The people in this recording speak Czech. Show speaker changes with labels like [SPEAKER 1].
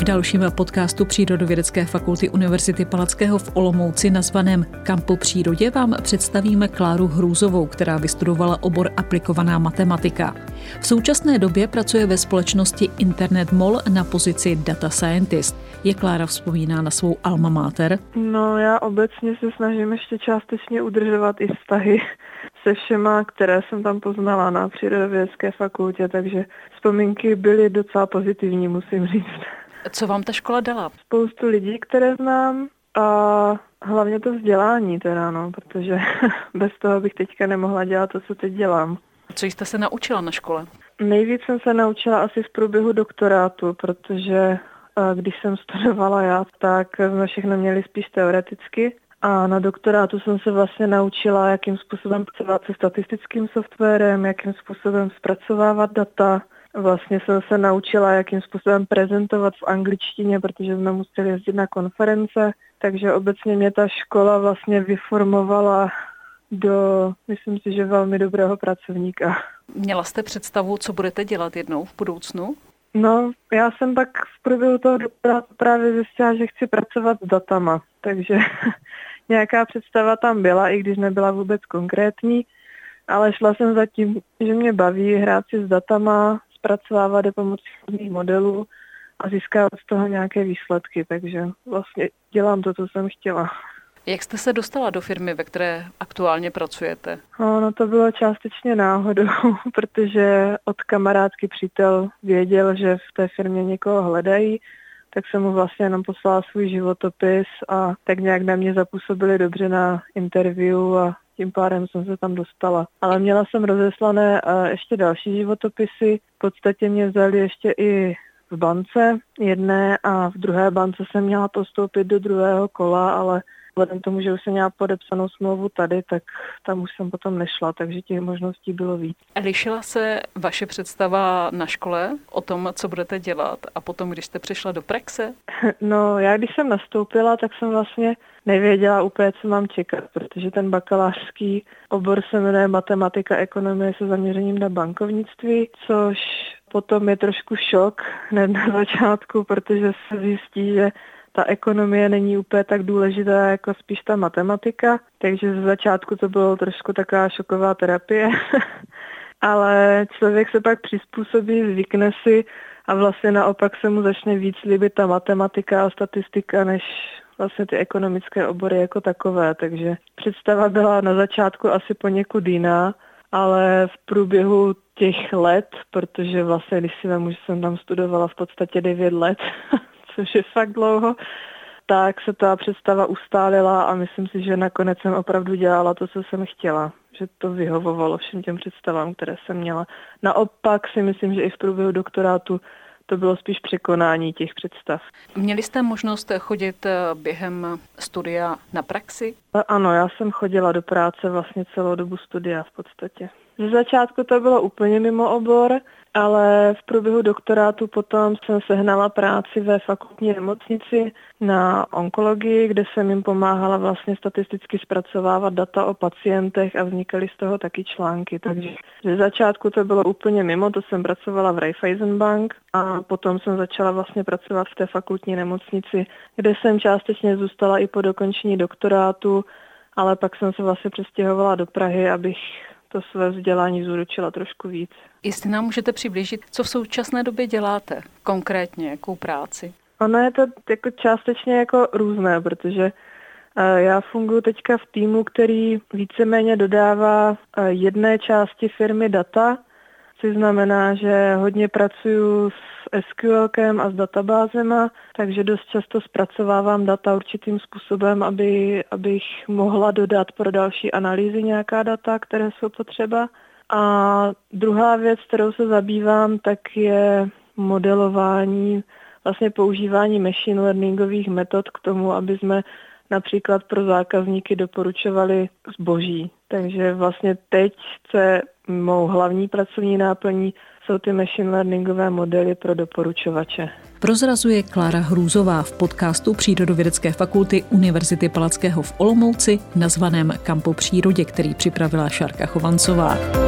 [SPEAKER 1] dalším podcastu Přírodovědecké fakulty Univerzity Palackého v Olomouci nazvaném Kam po přírodě vám představíme Kláru Hrůzovou, která vystudovala obor aplikovaná matematika. V současné době pracuje ve společnosti Internet Mall na pozici Data Scientist. Jak Klára vzpomíná na svou alma mater?
[SPEAKER 2] No, já obecně se snažím ještě částečně udržovat i vztahy se všema, které jsem tam poznala na Přírodovědecké fakultě, takže vzpomínky byly docela pozitivní, musím říct.
[SPEAKER 1] Co vám ta škola dala?
[SPEAKER 2] Spoustu lidí, které znám, a hlavně to vzdělání teda, protože bez toho bych teďka nemohla dělat to, co teď dělám.
[SPEAKER 1] Co jste se naučila na škole?
[SPEAKER 2] Nejvíc jsem se naučila asi v průběhu doktorátu, protože když jsem studovala já, tak jsme všechno měli spíš teoreticky. A na doktorátu jsem se vlastně naučila, jakým způsobem pracovat se statistickým softwarem, jakým způsobem zpracovávat data. Vlastně jsem se naučila, jakým způsobem prezentovat v angličtině, protože jsme museli jezdit na konference. Takže obecně mě ta škola vlastně vyformovala do, myslím si, že velmi dobrého pracovníka.
[SPEAKER 1] Měla jste představu, co budete dělat jednou v budoucnu?
[SPEAKER 2] No, já jsem pak v průběhu toho doktorátu právě zjistila, že chci pracovat s datama, takže nějaká představa tam byla, i když nebyla vůbec konkrétní, ale šla jsem za tím, že mě baví hrát si s datama, zpracovávat je pomocí různých modelů a získávat z toho nějaké výsledky, takže vlastně dělám to, co jsem chtěla.
[SPEAKER 1] Jak jste se dostala do firmy, ve které aktuálně pracujete?
[SPEAKER 2] No to bylo částečně náhodou, protože od kamarádky přítel věděl, že v té firmě někoho hledají, tak jsem mu vlastně jenom poslala svůj životopis a tak nějak na mě zapůsobili dobře na interview a tím pádem jsem se tam dostala. Ale měla jsem rozeslané ještě další životopisy, v podstatě mě vzali ještě i v bance jedné a v druhé bance jsem měla postoupit do druhého kola, ale vzhledem tomu, že už jsem měla podepsanou smlouvu tady, tak tam už jsem potom nešla, takže těch možností bylo víc.
[SPEAKER 1] Lišila se vaše představa na škole o tom, co budete dělat a potom, když jste přišla do praxe?
[SPEAKER 2] No, já když jsem nastoupila, tak jsem vlastně nevěděla úplně, co mám čekat, protože ten bakalářský obor se jmenuje matematika, ekonomie se zaměřením na bankovnictví, což potom je trošku šok hned na začátku, protože se zjistí, že ta ekonomie není úplně tak důležitá jako spíš ta matematika, takže ze začátku to bylo trošku taková šoková terapie, ale člověk se pak přizpůsobí, zvykne si a vlastně naopak se mu začne víc líbit ta matematika a statistika, než vlastně ty ekonomické obory jako takové, takže představa byla na začátku asi poněkud jiná, ale v průběhu těch let, protože vlastně když si vemu, že jsem tam studovala v podstatě 9 let, což je fakt dlouho, tak se ta představa ustálila a myslím si, že nakonec jsem opravdu dělala to, co jsem chtěla. Že to vyhovovalo všem těm představám, které jsem měla. Naopak si myslím, že i v průběhu doktorátu to bylo spíš překonání těch představ.
[SPEAKER 1] Měli jste možnost chodit během studia na praxi?
[SPEAKER 2] Ano, já jsem chodila do práce vlastně celou dobu studia v podstatě. Ze začátku to bylo úplně mimo obor, ale v průběhu doktorátu potom jsem sehnala práci ve fakultní nemocnici na onkologii, kde jsem jim pomáhala vlastně statisticky zpracovávat data o pacientech a vznikaly z toho taky články. Takže ze začátku to bylo úplně mimo, to jsem pracovala v Raiffeisenbank a potom jsem začala vlastně pracovat v té fakultní nemocnici, kde jsem částečně zůstala i po dokončení doktorátu, ale pak jsem se vlastně přestěhovala do Prahy, abych to své vzdělání zúročila trošku víc.
[SPEAKER 1] Jestli nám můžete přiblížit, co v současné době děláte konkrétně, jakou práci?
[SPEAKER 2] Ono je to jako částečně jako různé, protože já funguji teďka v týmu, který víceméně dodává jedné části firmy data, což znamená, že hodně pracuju s SQLkem a s databázema, takže dost často zpracovávám data určitým způsobem, abych mohla dodat pro další analýzy nějaká data, které jsou potřeba. A druhá věc, kterou se zabývám, tak je modelování, vlastně používání machine learningových metod k tomu, aby jsme například pro zákazníky doporučovali zboží. Takže vlastně teď, co je mou hlavní pracovní náplní, jsou ty machine learningové modely pro doporučovače.
[SPEAKER 1] Prozrazuje Klára Hrůzová v podcastu Přírodovědecké fakulty Univerzity Palackého v Olomouci nazvaném Kam po přírodě, který připravila Šárka Chovancová.